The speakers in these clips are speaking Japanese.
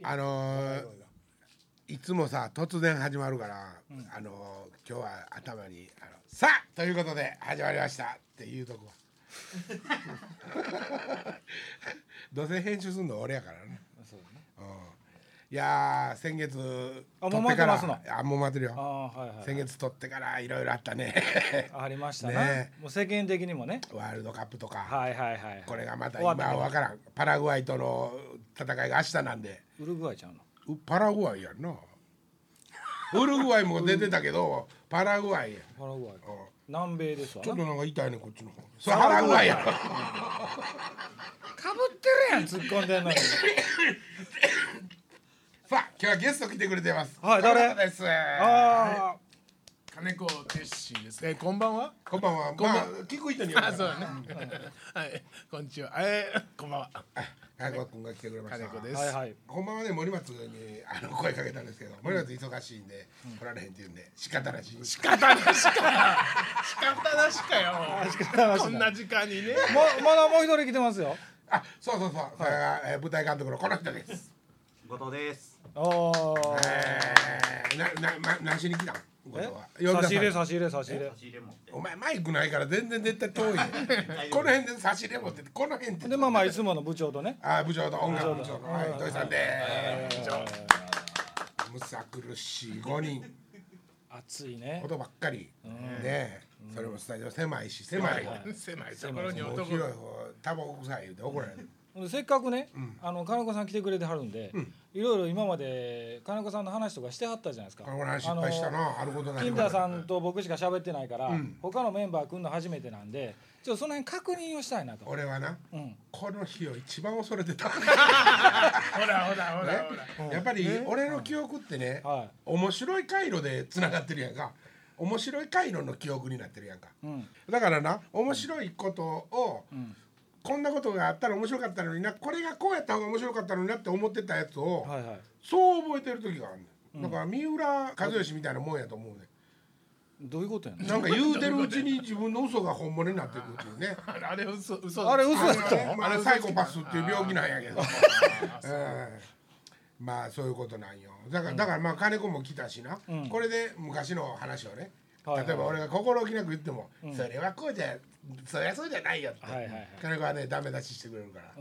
いつもさ突然始まるから、今日は頭にさあということで始まりましたっていうとこどうせ編集するの俺やからね。そうだね。いや先月撮ってからもう待ってるよ。はいはい、先月撮ってからいろいろあったね。 ありましたね。もう世間的にもね。 ワールドカップとか。 はいはいはい。 これがまた今わからん。パラグアイとの戦いが明日なんで。 ウルグアイちゃうの？ パラグアイやんな。ウルグアイも出てたけどパラグアイや。 パラグアイ。南米ですわ。 ちょっとなんか痛いねこっちの方。それパラグアイや。かぶってるやん突っ込んでんのに。 さあ今日はゲスト来てくれてます。 はい、誰です。 金子鉄心です。こんばんは。 こんばんは。まあ聞く人には。 そうだね。はい、こんにちは。こんばんは。 金子君が来てくれました。 金子です。 はいはい。こんばんはね森松に声かけたんですけど、森松忙しいんで来られへんって言うんで仕方なし。 仕方なしかよ。仕方なしかよ。こんな時間にね。 まだもう一人来てますよ。 あ、そう。それが舞台監督のこの人です。 後藤です。 何しに来たん？ 差し入れ。 お前マイクないから全然絶対遠いね。この辺で差し入れ持ってこの辺でまあいつもの部長とね。 部長と音楽部長の土井さんで。むさ苦しい5人。 暑いね。 ことばっかり。ね。それもスタジオ狭いし狭いところに男。 広い方タバコ臭い言うて怒られる。 せっかくね、金子さん来てくれてはるんで、いろいろ今まで金子さんの話とかしてはったじゃないですか。 金子の話失敗したな、あることない。 金田さんと僕しか喋ってないから、他のメンバー来るの初めてなんで、ちょっとその辺確認をしたいなと。 俺はな、この日を一番恐れてた。 ほら。 やっぱり俺の記憶ってね、面白い回路でつながってるやんか。面白い回路の記憶になってるやんか。だからな、面白いことをこんなことがあったら面白かったのにな、これがこうやった方が面白かったのになって思ってたやつを、そう覚えてる時があるねん。だから三浦和義みたいなもんやと思うね。 どういうことやねん。 なんか言うてるうちに自分の嘘が本物になっていくっていうね。 あれ嘘だったの？あれサイコパスっていう病気なんやけど。まあそういうことなんよ。だからまあ金子も来たしな。これで昔の話をね。例えば俺が心置きなく言っても、それはこうじゃ、そりゃそうじゃないよって、金子はねダメ出ししてくれるから、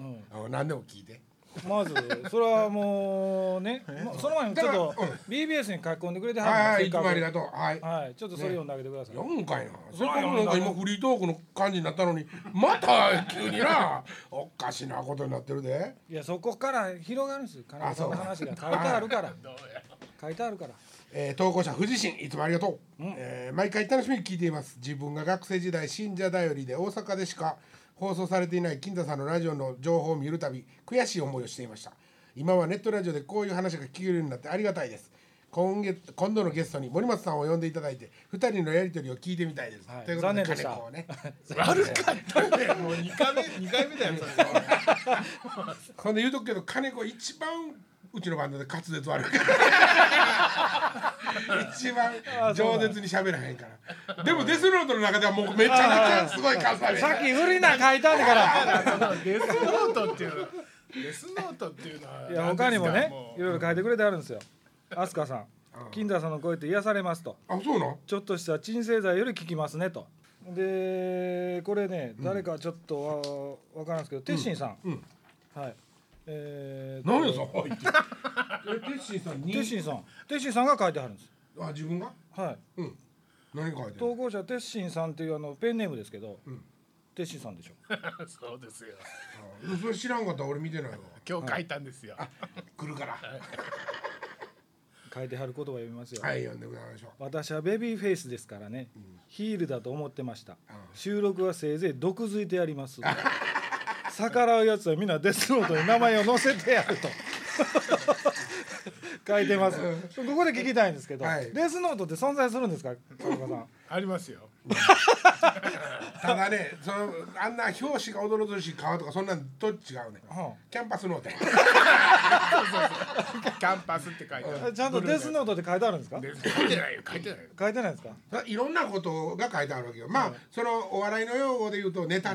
何でも聞いて。 まずそれはもうね、その前にちょっと BBS に書き込んでくれてはるんで、いつもありがとう。 はい、ちょっとそれ読んであげてください。 読むかいな。せっかくなんか今フリートークの感じになったのに、また急にな、おかしなことになってるで。 いやそこから広がるんですよ。金子さんの話が書いてあるから。書いてあるから。 投稿者藤新いつもありがとう、毎回楽しみに聞いています。自分が学生時代信者だよりで大阪でしか放送されていない金田さんのラジオの情報を見るたび悔しい思いをしていました。今はネットラジオでこういう話が聞けるようになってありがたいです。今度のゲストに森松さんを呼んでいただいて2人のやり取りを聞いてみたいです、 ということで残念でした。悪かったね。もう2回目だよそれ。 ほんで言うとくけど金子一番うちのバンドで滑舌悪いから一番饒舌に喋らへんから。でもデスノートの中ではもうめちゃめちゃすごい数ある。 さっき不利な書いたんだからデスノートっていうのは、 いや他にもねいろいろ書いてくれてあるんですよ。飛鳥さん、金田さんの声って癒されますと。 あ、そうなの？ ちょっとした鎮静剤より効きますねと。でこれね、誰かちょっとわからんですけど、鉄心さん、はい、 何やそんな鉄心さんが書いてあるんです。 あ、自分が？ はい。 何書いてる？ 投稿者鉄心さんっていうペンネームですけど、鉄心さんでしょ。 そうですよ。 それ知らんかったら俺見てないわ。 今日書いたんですよ。 来るから。 書いてはる言葉読みますよ。 はい、読んでください。 私はベビーフェイスですからね、ヒールだと思ってました。収録はせいぜい毒づいてやります。逆らうやつはみんなデスノートに名前を載せてやると書いてます。ここで聞きたいんですけど、デスノートって存在するんですか、金子さん？ ありますよ。 ただね、あんな表紙が驚々しい顔とかそんなんと違うね。キャンパスノート。 キャンパスって書いてある。 ちゃんとデスノートって書いてあるんですか？ 書いてないよ。書いてないですか？ いろんなことが書いてあるわけよ。まあそのお笑いの用語で言うとネタ帳。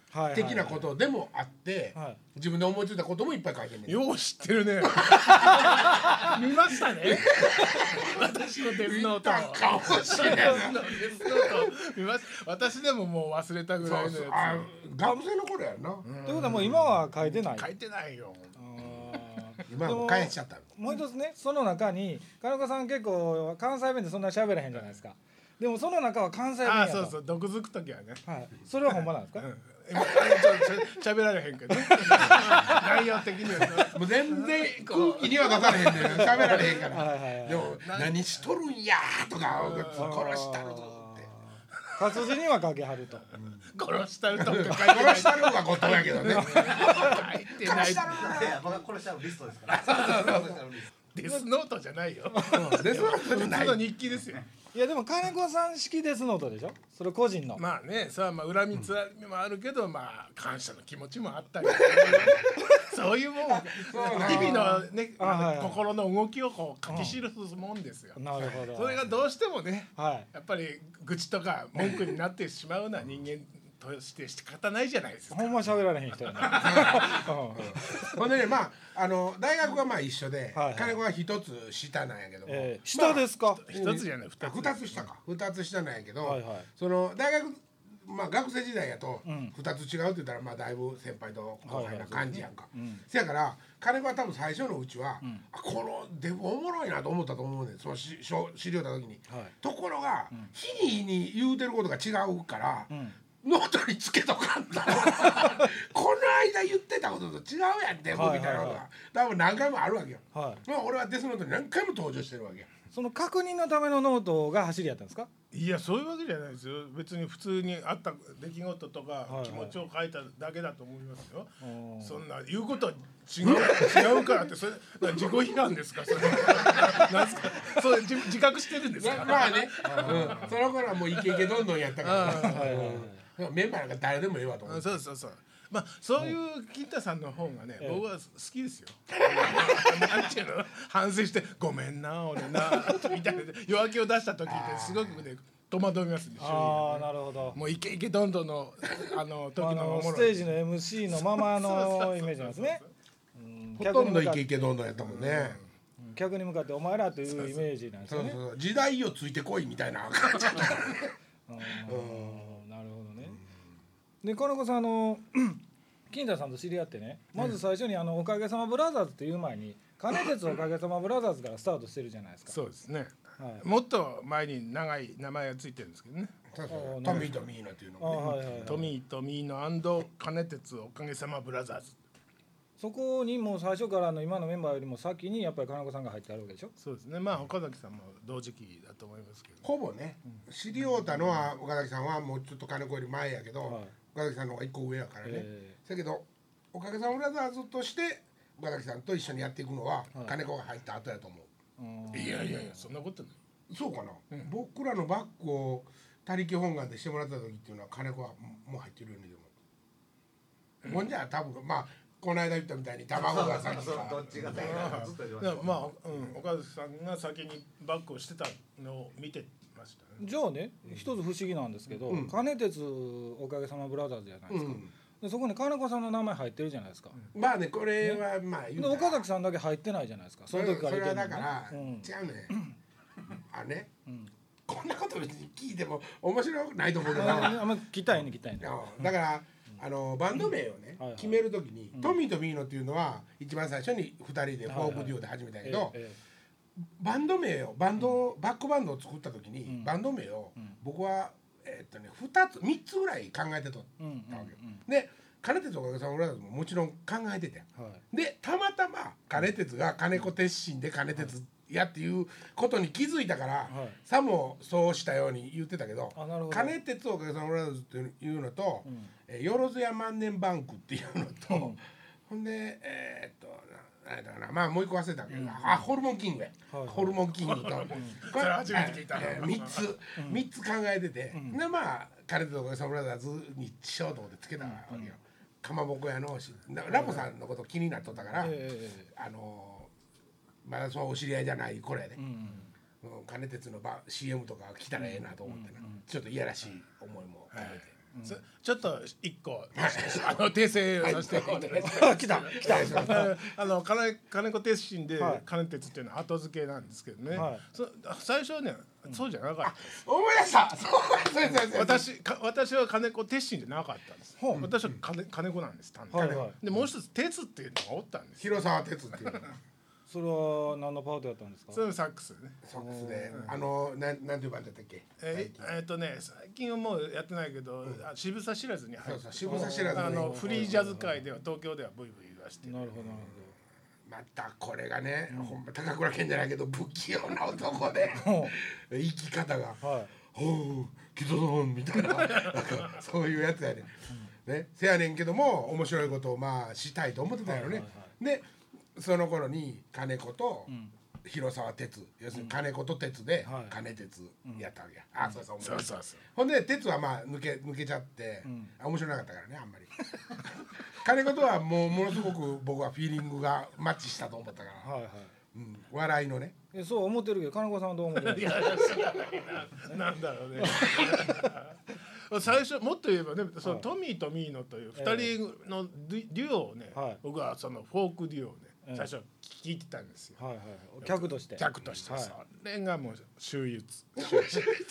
的なことでもあって、自分で思いついたこともいっぱい書いてんねん。 よう知ってるね見ましたね私のデスノートかもしれない見ました。私でももう忘れたぐらいのやつ。 学生の頃やな。 ということはもう今は書いてない。 書いてないよ。 今はもう返しちゃった。 もう一つね、その中に金子さん結構関西弁でそんな喋らへんじゃないですか。でもその中は関西弁やと。 そうそう、毒づく時はね。 はい。それはほんまなんですか？ 今喋られへんけど内容的にはもう全然空気には出されへんねん。喋られへんから。でも何しとるんやとか殺したるぞって。 活字には書きはると。 殺したるとか書いてない。 殺したるは後藤やけどね。 書いてない。 殺したるリストですから。 デスノートじゃないよ。 デスノートじゃない。 普通の日記ですよ。 いやでも金子さん式デスノートでしょ。それ個人の。 まあね、さあまあ恨みつらみもあるけど、まあ感謝の気持ちもあったり。そういうもん。日々のね心の動きをこう書き記すもんですよ。 なるほど。 それがどうしてもね、やっぱり愚痴とか文句になってしまうのは人間として仕方ないじゃないですか。 ほんま喋られへん人やね。 ほんでね、まあ大学はまあ一緒で、金子は一つ下なんやけども、 下ですか？ 一つじゃない、 二つ下か、二つ下なんやけど、その大学まあ学生時代やと二つ違うって言ったらまあだいぶ先輩と後輩な感じやんか。せやから金子は多分最初のうちはこのデブおもろいなと思ったと思うねん。その知り合った時に。ところが日に日に言うてることが違うから。ノートにつけとかんとこの間言ってたことと違うやんデブみたいなのが多分何回もあるわけよ。まあ俺はデスノートに何回も登場してるわけよ。 その確認のためのノートが走りやったんですか？ いやそういうわけじゃないですよ。別に普通にあった出来事とか気持ちを書いただけだと思いますよ。そんな言うことは違うからってそれ自己批判ですかそれ。なんすか。それ自覚してるんですか。 まあね。その頃はもうイケイケどんどんやったから。メンバーなんか誰でもいいわと思う。 そうそうそう。まあそういう金太さんの方がね、僕は好きですよ。なんていうの、反省してごめんな俺なみたいな夜明けを出した時ってすごくね戸惑いますね。 ああなるほど。 もうイケイケどんどんの時のステージの MC のままのイメージなんですね。 ほとんどイケイケどんどんやったもんね。 客に向かってお前らというイメージなんですよね。 時代をついてこいみたいな感じだったね。 なるほどね。で金子さん金太さんと知り合ってね、まず最初におかげさまブラザーズっていう前に金鉄おかげさまブラザーズからスタートしてるじゃないですか。 そうですね。もっと前に長い名前がついてるんですけどね。 トミーとミーノっていうのがね。 トミーとミーノ&金鉄おかげさまブラザーズ。 そこにもう最初から今のメンバーよりも先にやっぱり金子さんが入ってあるわけでしょ。 そうですね。まあ岡崎さんも同時期だと思いますけど。 ほぼね。知り合うたのは岡崎さんはもうちょっと金子より前やけど、岡崎さんの方が1個上やからね。だけどおかげさまブラザーズとして岡崎さんと一緒にやっていくのは金子が入った後やと思う。 いやそんなことない。 そうかな。僕らのバッグを他力本願でしてもらった時っていうのは金子はもう入ってるよねでも。ほんじゃ多分まあ。この間言ったみたいに卵が先かどっちが先かまあ岡崎さんが先にバックをしてたのを見てましたね。 じゃあね一つ不思議なんですけど、金鉄おかげさまブラザーズじゃないですか。でそこに金子さんの名前入ってるじゃないですか。 まあねこれはまあ言うたら岡崎さんだけ入ってないじゃないですか。その時からそれはだから違うね。こんなこと別に聞いても面白くないと思うけどあんま聞きたいねだからバンド名をね決めるときにトミーとミーノっていうのは一番最初に2人でフォークデュオで始めたけどバンド名をバックバンドを作ったときにバンド名を僕は3つぐらい考えてとったわけよ。で金鉄おかげさまブラザーズももちろん考えててでたまたま金鉄が金子鉄心で金鉄やっていうことに気づいたから、さもそうしたように言ってたけど金鉄おかげさまブラザーズっていうのと、よろずや万年バンクっていうのと、ほんで何だかなまあもう一個忘れたけど、ホルモンキングや、ホルモンキングとそれ初めて聞いた 3つ考えてて、でまあ金鉄おかげさまブラザーズにしようと思ってつけたわけよ。かまぼこ屋のラボさんのこと気になっとったから、まだそのお知り合いじゃないこれやで、金鉄のCM とか来たらええなと思ってな、ちょっといやらしい思いも込めてちょっと一個訂正させていただきます。 来た金子鉄心で金鉄っていうのは後付けなんですけどね。最初はねそうじゃなかった。 思い出した。そう私は金子鉄心じゃなかったんです。私は金子なんです。でもう一つ鉄っていうのがおったんです。 広沢鉄っていうの。 それは何のパートやったんですか？ それはサックスね。 サックスでなんていうバンドだったっけ？ 最近はもうやってないけど渋沢知らずに入って。 渋沢知らずフリージャズ界では東京ではブイブイ言わして。 なるほど。 またこれがね、ほんま高倉健じゃないけど不器用な男で生き方が「ほう木戸さん」みたいなそういうやつやね。ね、せやねんけども面白いことをまあしたいと思ってたよね。でその頃に金子と広沢鉄、要するに金子と鉄で金鉄やったわけや。あ、そうそうそう。ほんで鉄はまあ抜けちゃって面白なかったからね、あんまり。金子とはものすごく僕はフィーリングがマッチしたと思ったから、笑いのね。 そう思ってるけど金子さんはどう思ってる？ なんだろうね。最初もっと言えばね、そのトミーとミーノという2人のデュオをね、僕はそのフォークデュオをね最初聞いてたんですよ。 客としてそれがもう秀逸それ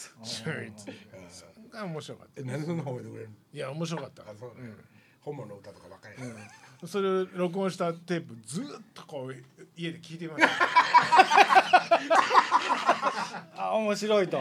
が面白かった。 なんでそんな褒めてくれるの？ いや面白かった。 本物の歌とかばっかり。 それを録音したテープずっとこう家で聞いてました。 面白いと。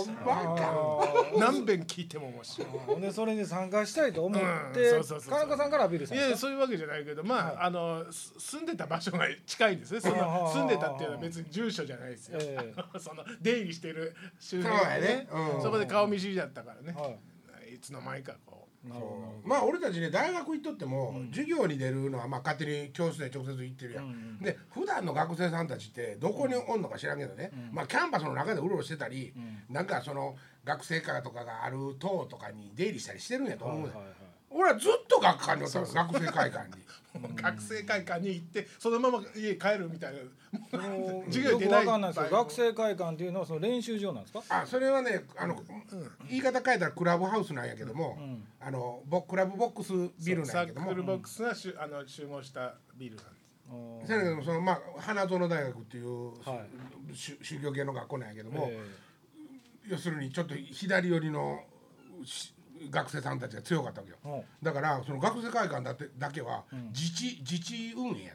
何遍聞いても面白い。 でそれに参加したいと思って金子さんからアピールしたんですか？ いやそういうわけじゃないけど、まあ住んでた場所が近いんですね。その住んでたっていうのは別に住所じゃないですよ。その出入りしてる周辺でね、そこで顔見知りだったからね。いつの間にかこう。 まあ俺たちね大学行っとっても授業に出るのはまあ勝手に教室で直接行ってるやん。で普段の学生さんたちってどこにおんのか知らんけどね、まあキャンパスの中でうろうろしてたり、なんかその学生会とかがある棟とかに出入りしたりしてるんやと思う。俺はずっと学科におったの。学生会館に学生会館に行ってそのまま家帰るみたいな。 授業出ない。よくわかんないですけど学生会館っていうのはその練習場なんですか？ それはね言い方変えたらクラブハウスなんやけども、クラブボックスビルなんやけども、 サークルボックスが集合したビルなんです。 そやけどそのまあ花園大学っていう宗教系の学校なんやけども、要するにちょっと左寄りの学生さんたちが強かったわけよ。だからその学生会館だけは自治運営やった。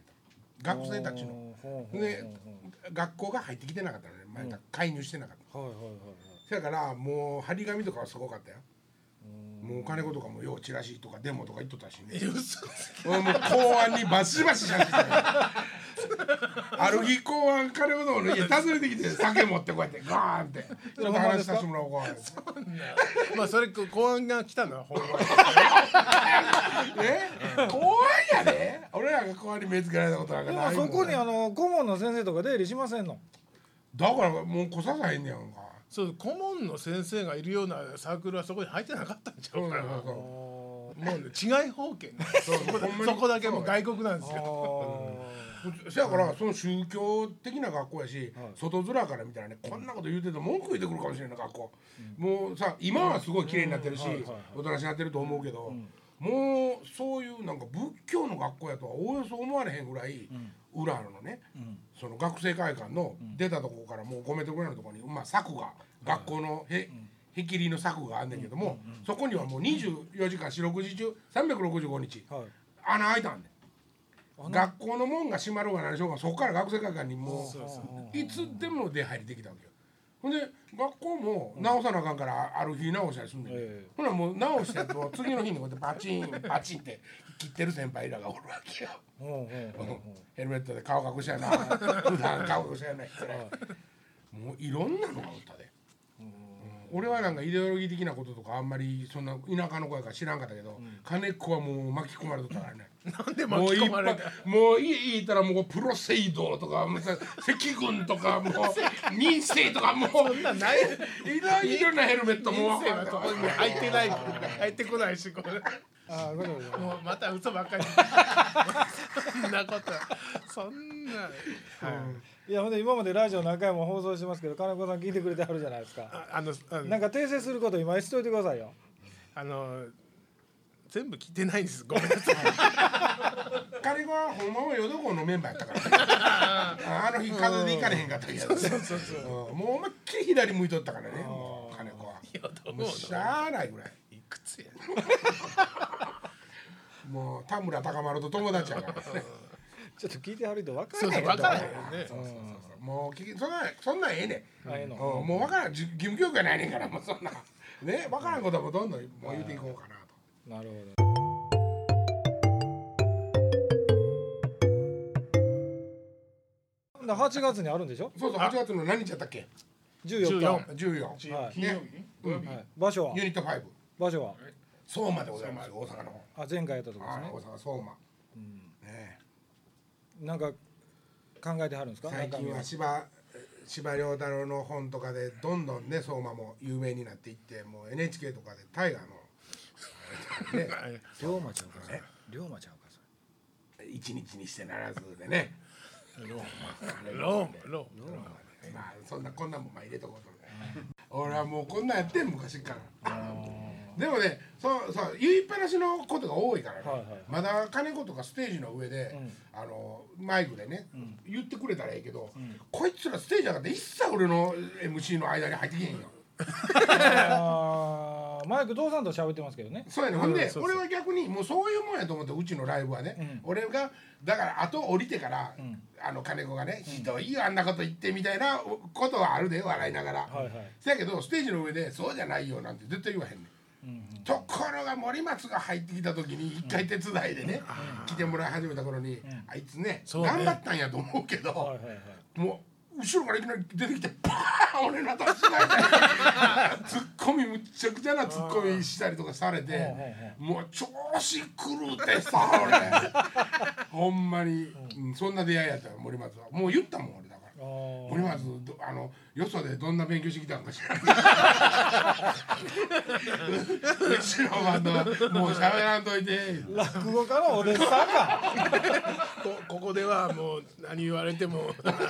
学生たちので学校が入ってきてなかったのね。前から介入してなかった。そやからもう張り紙とかはすごかったよ。もう金子とかもようチラシとかデモとか言っとったしね。もう公安にバシバシ写真してある日公安金子どもの家訪ねてきて酒持ってこうやってガーンってちょっと話させてもらおうか。 まあそれ公安が来たのはほんま公安やで。俺らが公安に目つけられたことなんかないもん。 でもそこに顧問の先生とか出入りしませんの？ だからもう来ささへんねやんか。 そう顧問の先生がいるようなサークルはそこに入ってなかったんちゃうかな。もう違い方権。そこだけもう外国なんですよ。 そやからその宗教的な学校やし、外面から見たらねこんなこと言うてて文句言ってくるかもしれんない学校。もうさ今はすごい綺麗になってるしおとなしになってると思うけど、もうそういうなんか仏教の学校やとはおおよそ思われへんぐらい裏のね、その学生会館の出たところからもう5メートルぐらいのところにまあ柵が学校のへきりの柵があんねんけども、そこにはもう24時間四六時中365日穴開いたんで。学校の門が閉まるが何しようがそこから学生会館にもういつでも出入りできたわけよ。ほんで学校も直さなあかんからある日直したりすんねん。ほなもう直してと次の日にこうやってパチンパチンって切ってる先輩らがおるわけよ。ヘルメットで顔隠しやな普段顔隠しやないもういろんなのがおったで。俺はなんかイデオロギー的なこととかあんまりそんな田舎の子やから知らんかったけど、金子はもう巻き込まれとったからね。 なんで巻き込まれた？ もう家行ったらもうプロセイドとか赤軍とかもう民生とかもうそんなんない。 いろんなヘルメットも民生はここに入ってない入ってこないしこれ。もうまた嘘ばっかり。そんなことそんな。 いやほんで今までラジオ何回も放送してますけど金子さん聞いてくれてはるじゃないですか。なんか訂正すること今しといてくださいよ。 全部聞いてないんです。ごめんなさい。 金子はほんまは淀港のメンバーやったから、ね、あの日風で行かれへんかったけど、ね、もう思いっきり左向いとったからね、もう金子はもうしゃあないぐらい。 いくつやもう田村高丸と友達やからね。 ちょっと聞いてはると分からない。分からないよね。 もうそんなんええねん。もう分からん、義務教育がないねんから、もうそんなね、分からんことはもうどんどんもう言うていこうかなと。 なるほど。8月にあるんでしょ。 そうそう、8月の何日やったっけ。 14。 金曜日。 場所は。 ユニット5。 場所は。 相馬でございます。大阪の方。 あ、前回やったとこですね。 大阪相馬。ね。 なんか考えてはるんですか。 最近は司馬遼太郎の本とかでどんどんね、相馬も有名になっていって、もう NHK とかで大河の龍馬ちゃうかね。龍馬ちゃうかそれ。一日にしてならずでね。 ロまあそんなこんなもん入れとこうと。俺はもうこんなんやってん昔から。でもね、そう言いっぱなしのことが多いからね。まだ金子とかステージの上でマイクでね言ってくれたらいいけど、こいつらステージ上がって一切俺の MC の間に入ってけへんよ。 マイク父さんと喋ってますけどね。 そうやね。ほんで俺は逆にもうそういうもんやと思って、うちのライブはね、俺がだから後降りてから金子がね、ひどいよあんなこと言ってみたいなことはあるで、笑いながら。せやけどステージの上でそうじゃないよなんて絶対言わへんねん。ところが森松が入ってきた時に一回手伝いでね来てもらい始めた頃に、あいつね頑張ったんやと思うけど、もう後ろからいきなり出てきてパーン俺の頭しないでツッコミむっちゃくちゃなツッコミしたりとかされて、もう調子狂ってさ俺ほんまに、そんな出会いやったよ森松は。もう言ったもん俺だから。森松よそでどんな勉強してきたのか知らないうちのバンドはもう喋らんといて。 落語家のお弟子さんかここではもう何言われても黙って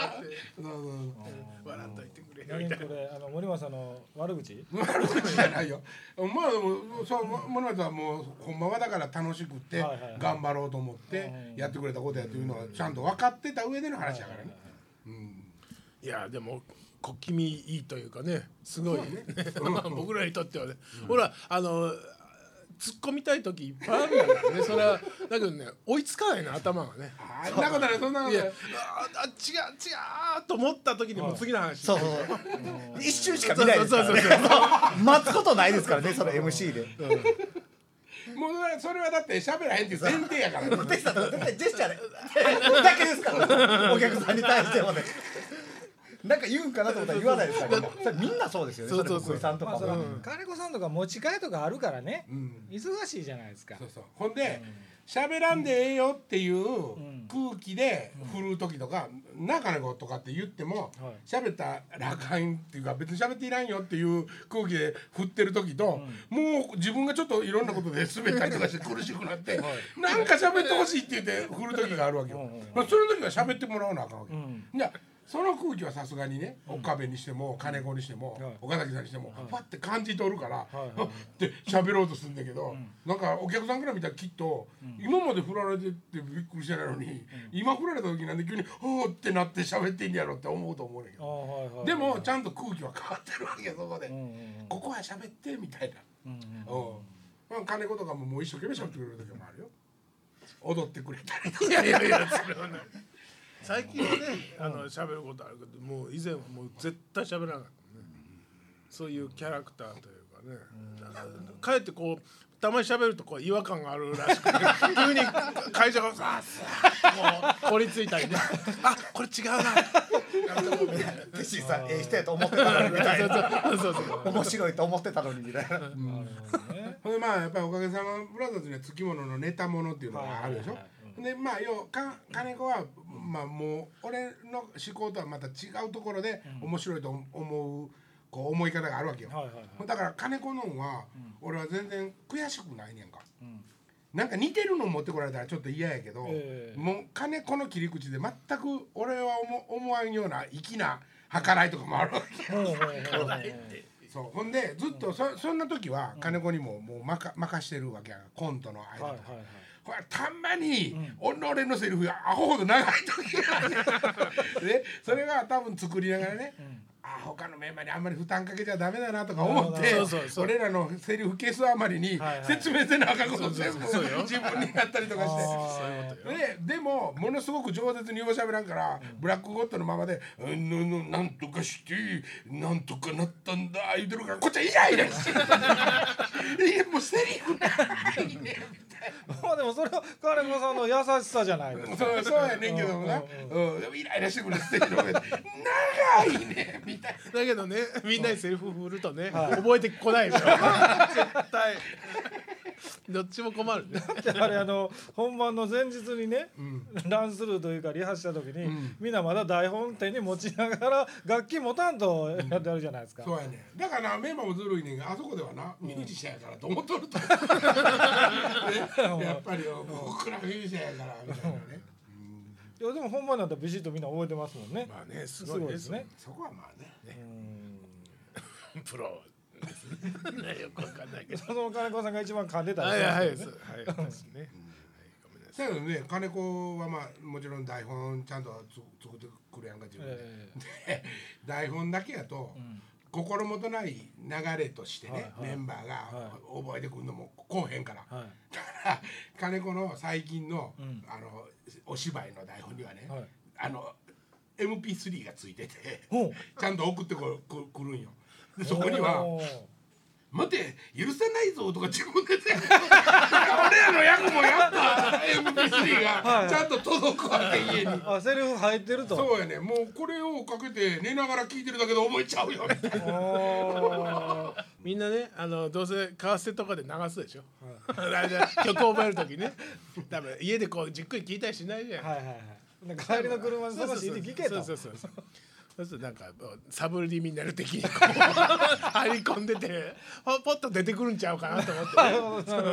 笑っといてくれみたいな。 これ森松さんの悪口じゃないよ。まあでもそう森松はもうほんまはだから楽しくって頑張ろうと思ってやってくれたことやというのはちゃんと分かってた上での話やからね。 いやでも小気味いいというかね、すごいね僕らにとってはね、ほら突っ込みたい時いっぱいあるんだよね。それはだけどね追いつかないの頭がね。 あんなことないそんなことない。 違うと思った時にもう次の話。 そう一瞬しか見ないですからね。待つことないですからね、その MC で。 もうそれはだって喋らへんっていう前提やからね。 ジェスチャーでだけですからお客さんに対してもね。なんか言うんかなと思ったら言わないですからね。それみんなそうですよね。そうさんとか金子さんとか持ち替えとかあるからね、忙しいじゃないですか。 ほんで喋らんでええよっていう空気で振る時とか「な金子」とかって言っても喋ったらあかんっていうか別に喋っていらんよっていう空気で振ってる時と、もう自分がちょっといろんなことで滑ったりとかして苦しくなってなんか喋ってほしいって言って振る時があるわけよ。その時は喋ってもらわなあかんわけ。じゃあその空気はさすがにね、岡部にしても金子にしても岡崎さんにしてもパッて感じ取るからって喋ろうとするんだけど、なんかお客さんから見たらきっと今まで振られてってびっくりしてないのに今振られた時なんで急に「おー」ってなって喋ってんやろって思うと思うねんけど、でもちゃんと空気は変わってるわけよ。そこでここは喋ってみたいな。金子とかももう一生懸命喋ってくれる時もあるよ。踊ってくれたりとか。 いやそれはない。最近はね喋ることあるけど、もう以前はもう絶対喋らなかったね。そういうキャラクターというかね、かえってこうたまに喋るとこう違和感があるらしくて急に会場がさもう凍りついたりね、あこれ違うなテシさん人やと思ってたのにみたいな、面白いと思ってたのにみたいな。 ほんでまあやっぱりおかげさまブラザーズにはつきもののネタものっていうのがあるでしょ。でまあ金子はまあもう俺の思考とはまた違うところで面白いと思うこう思い方があるわけよ。だから金子のんは俺は全然悔しくないねんか。なんか似てるの持ってこられたらちょっと嫌やけど、もう金子の切り口で全く俺は思わんような粋な計らいとかもあるわけよ。 そうほんでずっとそんな時は金子にももう任してるわけやコントの間とか、これたまに己のセリフがアホほど長い時があるでそれは多分作りながらね、他のメンバーにあんまり負担かけちゃダメだなとか思って俺らのセリフ消すあまりに説明せなあかんこと全部自分にやったりとかしてでもものすごく饒舌にようしゃべらんからブラックゴッドのままで「なんとかしてなんとかなったんだ」言うてるからこっちはイライラしてもうセリフないねみたいな。 まあでもそれは金子さんの優しさじゃないですか。 そうやねんけどもな、でもイライラしてくるセリフが長いねみたいな。 だけどねみんなにセリフ振るとね、覚えてこないでしょ絶対どっちも困るね。 だってあれ本番の前日にね、ランスルーというかリハした時に、みんなまだ台本手に持ちながら楽器持たんとやってあるじゃないですか。 そうやね。だからなメンバーもずるいねんがあそこではなミュージシャンやからと思っとるとやっぱり僕らミュージシャンやからみたいなね。 いやでも本番だったらビシッとみんな覚えてますもんね。 まあねすごいですね。 そこはまあね。 プロですね。よくわかんないけど。 その金子さんが一番噛んでたんですね。はいですね。 だけどね金子はまあもちろん台本ちゃんと作ってくるやんか自分で。台本だけやと。心もとない流れとしてね、メンバーが覚えてくるのもこうへんから、だから金子の最近の、お芝居の台本にはね、MP3 がついててちゃんと送ってくるんよ。でそこには待て許さないぞとか自分で俺らの役もやった MP3 がちゃんと届くわけ家に。 セリフ入ってると。 そうやね。もうこれをかけて寝ながら聞いてるだけで覚えちゃうよみたいな。 みんなねどうせカーセとかで流すでしょ。曲覚える時ね。多分家でこうじっくり聞いたりしないじゃん。 帰りの車でその CD 聞けと。 そうするとなんかサブリミナル的にこう入り込んでてポッと出てくるんちゃうかなと思ってね。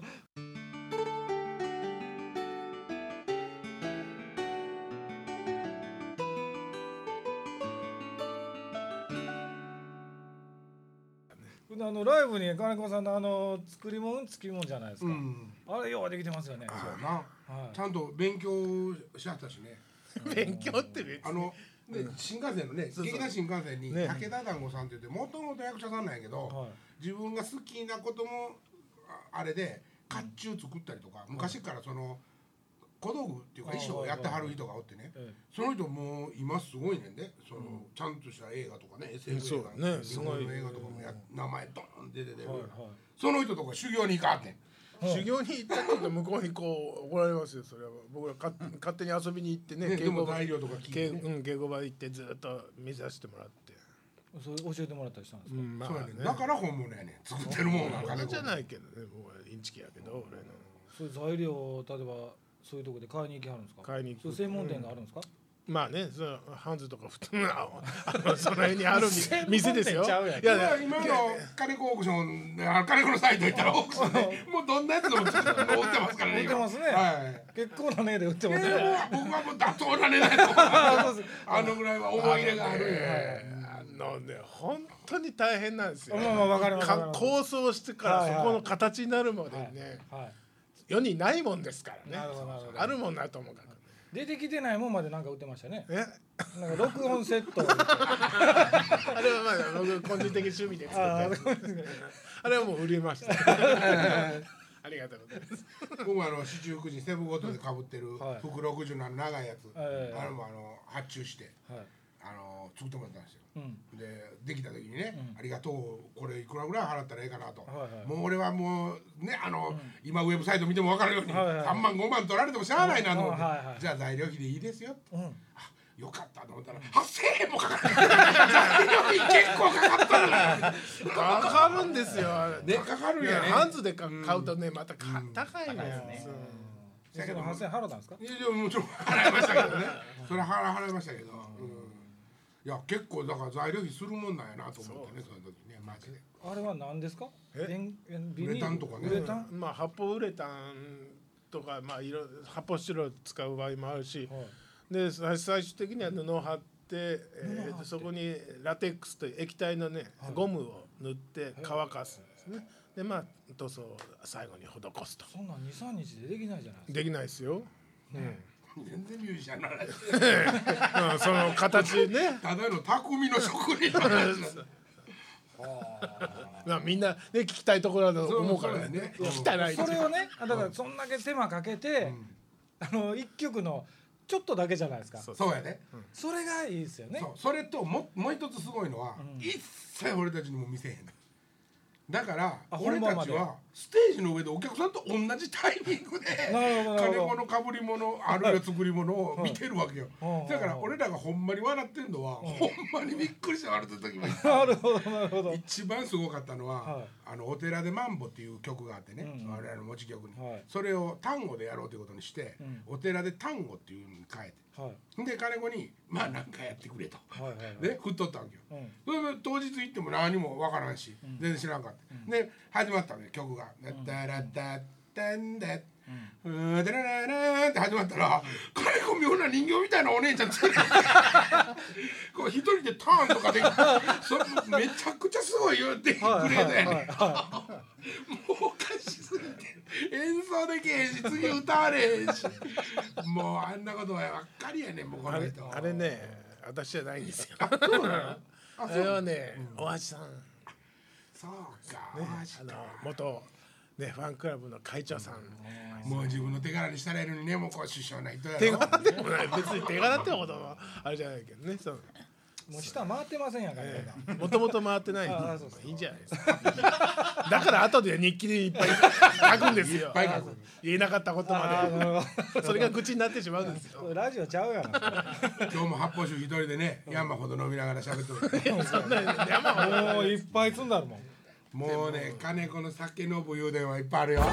ライブに金子さんの作り物付き物じゃないですか。あれようできてますよね。 そうな。ちゃんと勉強しちゃったしね。 勉強って別に。 新幹線のね劇団新幹線に武田団子さんって言ってもともと役者さんなんやけど自分が好きなこともあれで甲冑作ったりとか昔からその小道具っていうか衣装をやってはる人がおってねその人もう今すごいねんでそのちゃんとした映画とかね SF 映画日本の映画とかも名前ドーン出ててその人とか修行に行かってん。 修行に行ったって向こうにこう怒られますよ。それは僕ら勝手に遊びに行ってね稽古場稽古場行ってずっと見させてもらってそれ教えてもらったりしたんですか。 だから本物やねん作ってるもんなんかじゃないけどね僕はインチキやけど俺のそういう材料例えばそういうとこで買いに行きはるんですか。 買いに行く専門店があるんですか。 まあね、そのハンズとか普通のその辺にある店ですよ。いや今の金子オークション金子のサイト行ったらオークションでもうどんなやつでも売ってますからね。 売ってますね。結構な値で売ってますね。 僕はもう妥当な値段とかあのぐらいは思い入れがある。 本当に大変なんですよ。 わかります。 構想してからそこの形になるまでね世にないもんですからね。あるもんなと思うから。 出てきてないもんまでなんか売ってましたね。なんか録音セット。 あれはまあ僕個人的趣味で作ったあれはもう売りました。ありがとうございます。 僕は七十九時セブごとで被ってる服60の長いやつあれも発注して作ってもらったんですよ。できた時にねありがとうこれいくらぐらい払ったらええかなともう俺はもうね今ウェブサイト見ても分かるように3万5万取られてもしゃあないなと思ってじゃあ材料費でいいですよよかったと思ったら8000円もかかる材料費結構かかったのかかるんですよ。 かかるやね。 ハンズで買うとねまた高いんですよ。 だけど8000円払ったんですか。 いやもちろん払いましたけどねそれ払いましたけどいや結構だから材料費するもんなんやなと思ってねその時ねマジで。 あれは何ですか。 ウレタンとかね。 まあ発泡ウレタンとかまあ発泡スチロール使う場合もあるしで最終的には布を貼ってそこにラテックスという液体のねゴムを塗って乾かすんですね。でまあ塗装を最後に施すと。 そんなん 2,3 日でできないじゃないですか。 できないですよ。 全然ミュージシャンの話その形ね。 ただの匠の職人の話まあみんなね聞きたいところだと思うからね。聞きたない。 それをね、だからそんだけ手間かけて、一曲のちょっとだけじゃないですか。 そうやね。 それがいいですよね。 それともう一つすごいのは、一切俺たちにも見せへん。だから俺たちはステージの上でお客さんと同じタイミングで金子のかぶり物あるいは作り物を見てるわけよ。だから俺らがほんまに笑ってんのはほんまにびっくりして笑ってる時もいた。 なるほどなるほど。 一番すごかったのはお寺でマンボっていう曲があってね、我々の持ち曲にそれを単語でやろうということにしてお寺で単語っていうのに変えて、で金子にまあ何かやってくれとで振っとったわけよ。それで当日行っても何も分からんし全然知らんかった。で始まったわけ曲が「ダッダラッダッダンダッダラララ」って始まったら金子妙な人形みたいなお姉ちゃん作れてこう一人でターンとかでそれめちゃくちゃすごい言ってくれてもうおかしすぎて演奏できへんし次歌われへんしもうあんなことばっかりやねんもうこの人。 あれね私じゃないんですよ。 あれはね大橋さん。 そうか、 元ねファンクラブの会長さん。 もう自分の手柄にしたらいいのにね、もうこう首相ないとやろ。 手柄でもない、別に手柄ってほどはあれじゃないけどね。そうもう下回ってませんやんかね。 もともと回ってない。いいんじゃないですか。だから後で日記でいっぱい書くんですよ。言えなかったことまで。それが愚痴になってしまうんですよ。 ラジオちゃうやん。 今日も発泡酒一人でね、山ほど飲みながら喋ってる。 もういっぱい積んだるもん。 もうね、金子の酒の武勇伝はいっぱいあるよ。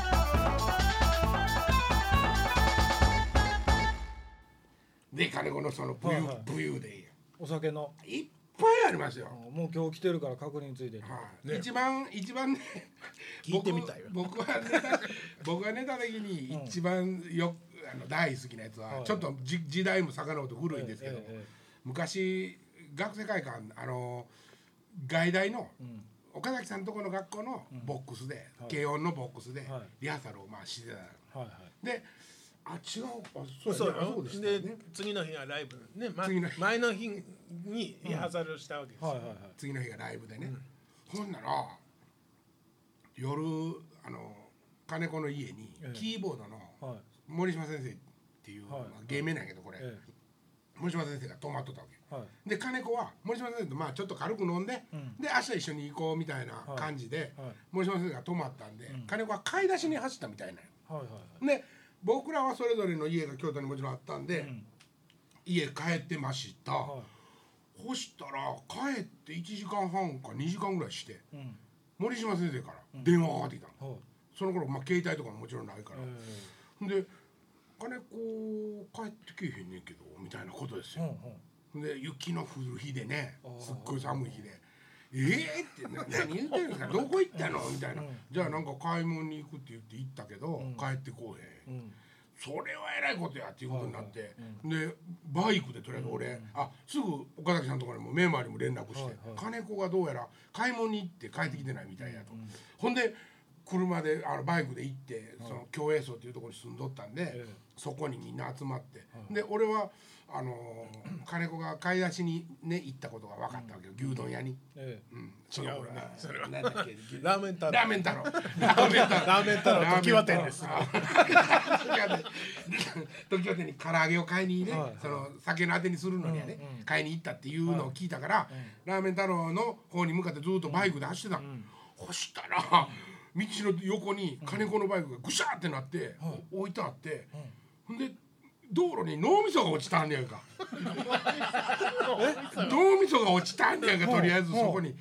で、金子のその武勇伝や。 お酒のいっぱいありますよ。 もう今日来てるから確認ついてる。一番ね、 聞いてみたいわ。 僕はネタ的に一番大好きなやつはちょっと時代も遡って古いんですけど、昔学生会館外大の岡崎さんとこの学校のボックスで軽音のボックスでリハーサルをまあしてたの。で違うそうですね。で次の日はライブね。前の日にリハーサルをしたわけですよ。 次の日がライブでね。ほんなら夜金子の家にキーボードの森島先生っていう芸名なんやけどこれ森島先生が泊まっとったわけ。で金子は森島先生とまあちょっと軽く飲んでで明日一緒に行こうみたいな感じで森島先生が泊まったんで金子は買い出しに走ったみたいなよ。で僕らはそれぞれの家が京都にもちろんあったんで、家帰ってました。そしたら帰って1時間半か2時間ぐらいして、森島先生から電話がかかってきたの。その頃まあ携帯とかももちろんないから。で金子帰ってけえへんねんけどみたいなことですよ。で雪の降る日でね、すっごい寒い日で。って何言ってるんですかどこ行ったのみたいな。じゃあなんか買い物に行くって言って行ったけど帰ってこうへん。それはえらいことやっていうことになってでバイクでとりあえず俺すぐ岡崎さんのところにもメンバーにも連絡して金子がどうやら買い物に行って帰ってきてないみたいやと。ほんで車でバイクで行ってその共栄荘っていうところに住んどったんでそこにみんな集まってで俺は金子が買い出しにね行ったことが分かったわけよ牛丼屋に。 違うねそれは何だっけラーメン太郎ラーメン太郎時和店です。 時和店に唐揚げを買いにねその酒のあてにするのにはね買いに行ったっていうのを聞いたからラーメン太郎の方に向かってずっとバイクで走ってた。そしたら道の横に金子のバイクがぐしゃってなって置いてあってほんで道路に脳みそが落ちたんねやんか。脳みそが落ちたんねやんかとりあえずそこに。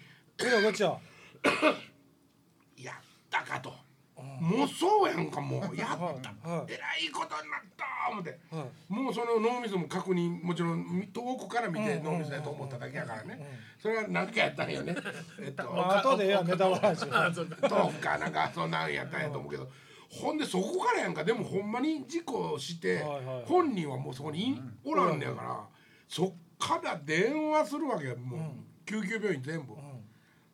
やったかと。もうそうやんかもうやったえらいことになった思ってもうその脳みそも確認もちろん遠くから見て脳みそやと思っただけやからねそれは何かやったんよね。 後でネタ話遠くかなんかそんなんやったんやと思うけど。ほんでそこからやんかでもほんまに事故して本人はもうそこにおらんねやからそっから電話するわけやもう救急病院全部。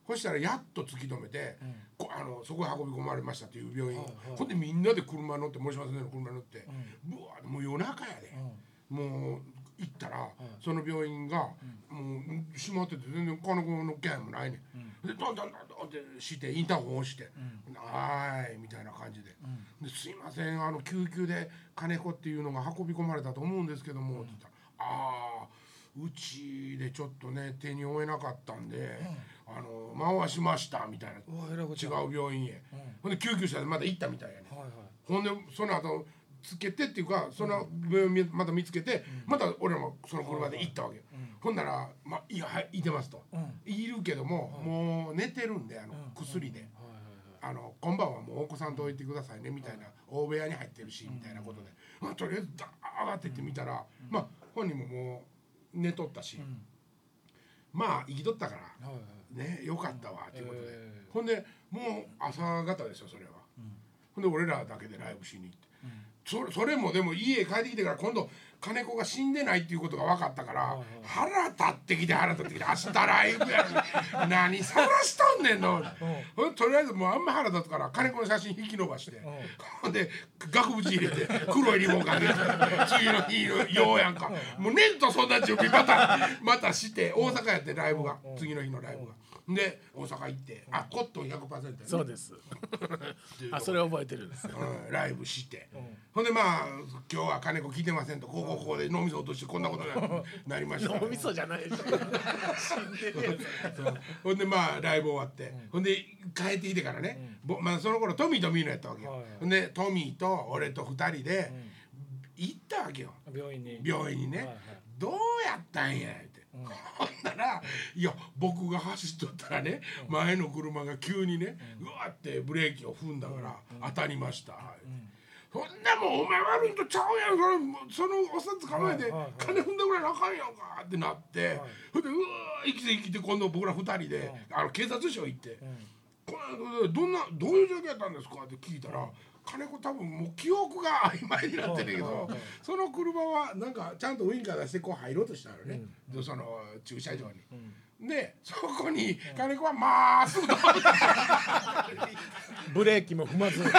そしたらやっと突き止めて、そこへ運び込まれましたっていう病院、ほんでみんなで車乗って森島先生の車乗って、ぶわーもう夜中やで、もう行ったら、その病院がもう閉まってて全然金子の気配もないねん。でドンドンドンってしてインターホン押して「はーい」みたいな感じで「ですいません救急で金子っていうのが運び込まれたと思うんですけども」って言ったら「ああうちでちょっとね手に負えなかったんで回しました」みたいな、違う病院へ。ほんで救急車でまた行ったみたいやね。ほんでその後つけてっていうか、その病院また見つけて、また俺らもその車で行ったわけよ。ほんなら「いやはいいてます」と「いるけどももう寝てるんで薬で今晩はもうお子さんと置いてくださいね」みたいな、大部屋に入ってるしみたいなことで、とりあえずダー上がってってみたら、本人ももう寝とったし、生きとったからね、よかったわっていうことで、ほんでもう朝方ですよそれは。ほんで俺らだけでライブしに行って。それもでも家帰ってきてから今度金子が死んでないっていうことが分かったから、腹立ってきて明日ライブやのに何探しとんねんの。とりあえずもうあんま腹立つから金子の写真引き伸ばして、ほんで額縁入れて黒いリボンかけて次の日のようやんか、もうねんとそんな準備またして大阪やってライブが次の日のライブが。で大阪行ってコットン 100% ね。 そうですそれ覚えてるんですよ。 ライブしてほんで今日は金子聞いてませんとこうで脳みそ落としてこんなことになりました。 脳みそじゃないでしょ。死んでるやつ。 ほんでライブ終わってほんで帰ってきてからね、その頃トミーとミーノやったわけよ。ほんでトミーと俺と2人で行ったわけよ病院にね。どうやったんやって。ほんならいや僕が走っとったらね、前の車が急にねうわってブレーキを踏んだから当たりました。そんなもんお前悪いとちゃうやん、そのおっさん捕まえて金踏んだぐらいなあかんやんかってなって、ほんでうわ生きて今度僕ら2人で警察署行って「どういう状況やったんですか?」って聞いたら。金子多分もう記憶が曖昧になってるけど、その車はなんかちゃんとウインカー出して入ろうとしたのね、その駐車場に。でそこに金子はまっすぐブレーキも踏まずね、 だ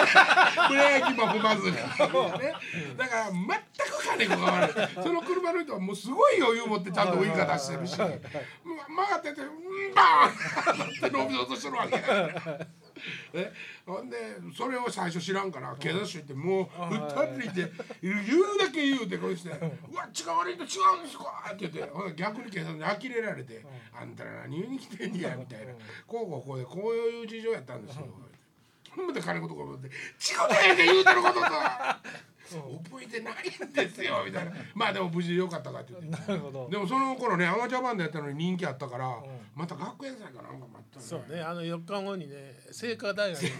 から全く金子が悪い。その車の人はもうすごい余裕持ってちゃんとウインカー出してるし、曲がっててバーンって伸びようとしてるわけ。ほんでそれを最初知らんから警察署行ってもう2人で言うだけ言うてこうして「うわ違う悪いと違うんですか?」って言って、ほんで逆に警察に呆れられて「あんたら何言いに来てんねや」みたいな「こういう事情やったんですよ」ほんで金子とか思って「違うやんけ言うてることと覚えてないんですよ」みたいな。でも無事でよかったかって言って。 なるほど。 でもその頃ねアマチュアバンドやったのに人気あったから、また学園祭かなんかもあったね。 そうね、4日後にね清華大学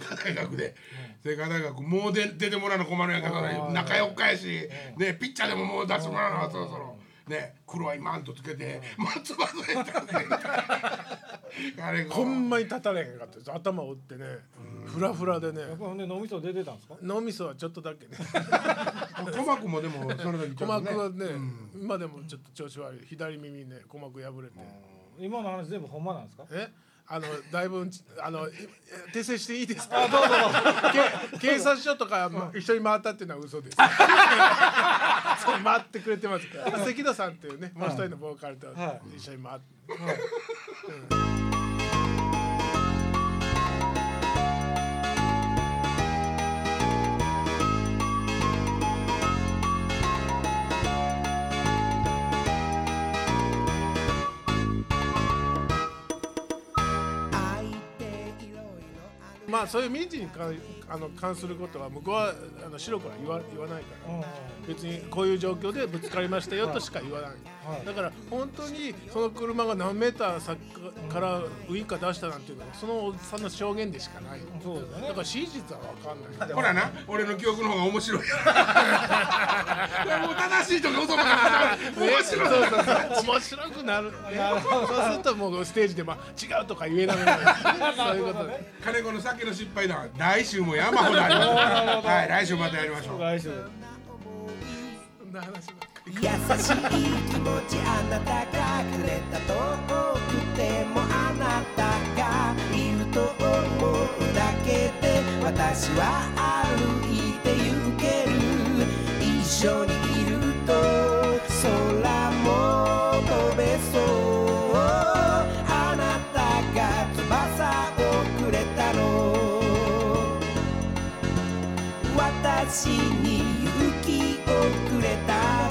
もう出てもらうの困るんやけどね、仲良かやしね、ピッチャーでももう出してもらうのはそろそろね、黒いマントつけて松葉杖やったんでほんまに立たれへんかったです。頭打ってねフラフラでね。 ほんで脳みそ出てたんですか？ 脳みそはちょっとだけね。 鼓膜もでもそれだけ鼓膜はね今でもちょっと調子悪い。左耳ね鼓膜破れて。 今の話全部ほんまなんですか？ だいぶ訂正していいですか？どうぞ。警察署とか一緒に回ったっていうのは嘘です。そう回ってくれてます。関戸さんっていうねもう一人のボーカルと一緒に回って。そういう民事に関することは向こうは白黒言わないから、別にこういう状況でぶつかりましたよとしか言わない、だから本当にその車が何メーター先からウインカー出したなんていうのはそのおっさんの証言でしかない。そうですね。だから真実は分かんない。 ほらな、俺の記憶の方が面白い。もう正しいとか嘘ばっかり面白い。 面白くなる。そうするともうステージで違うとか言えなくなる。そういうことで。 金子の酒の失敗談、来週も山ほどあります。はい、来週またやりましょう。 来週。 そんな話ばっかり。 優しい気持ちあなたがくれた遠くてもあなたがいると思うだけで私は歩いて行ける一緒にいると空も飛べそうあなたが翼をくれたの私に勇気をくれた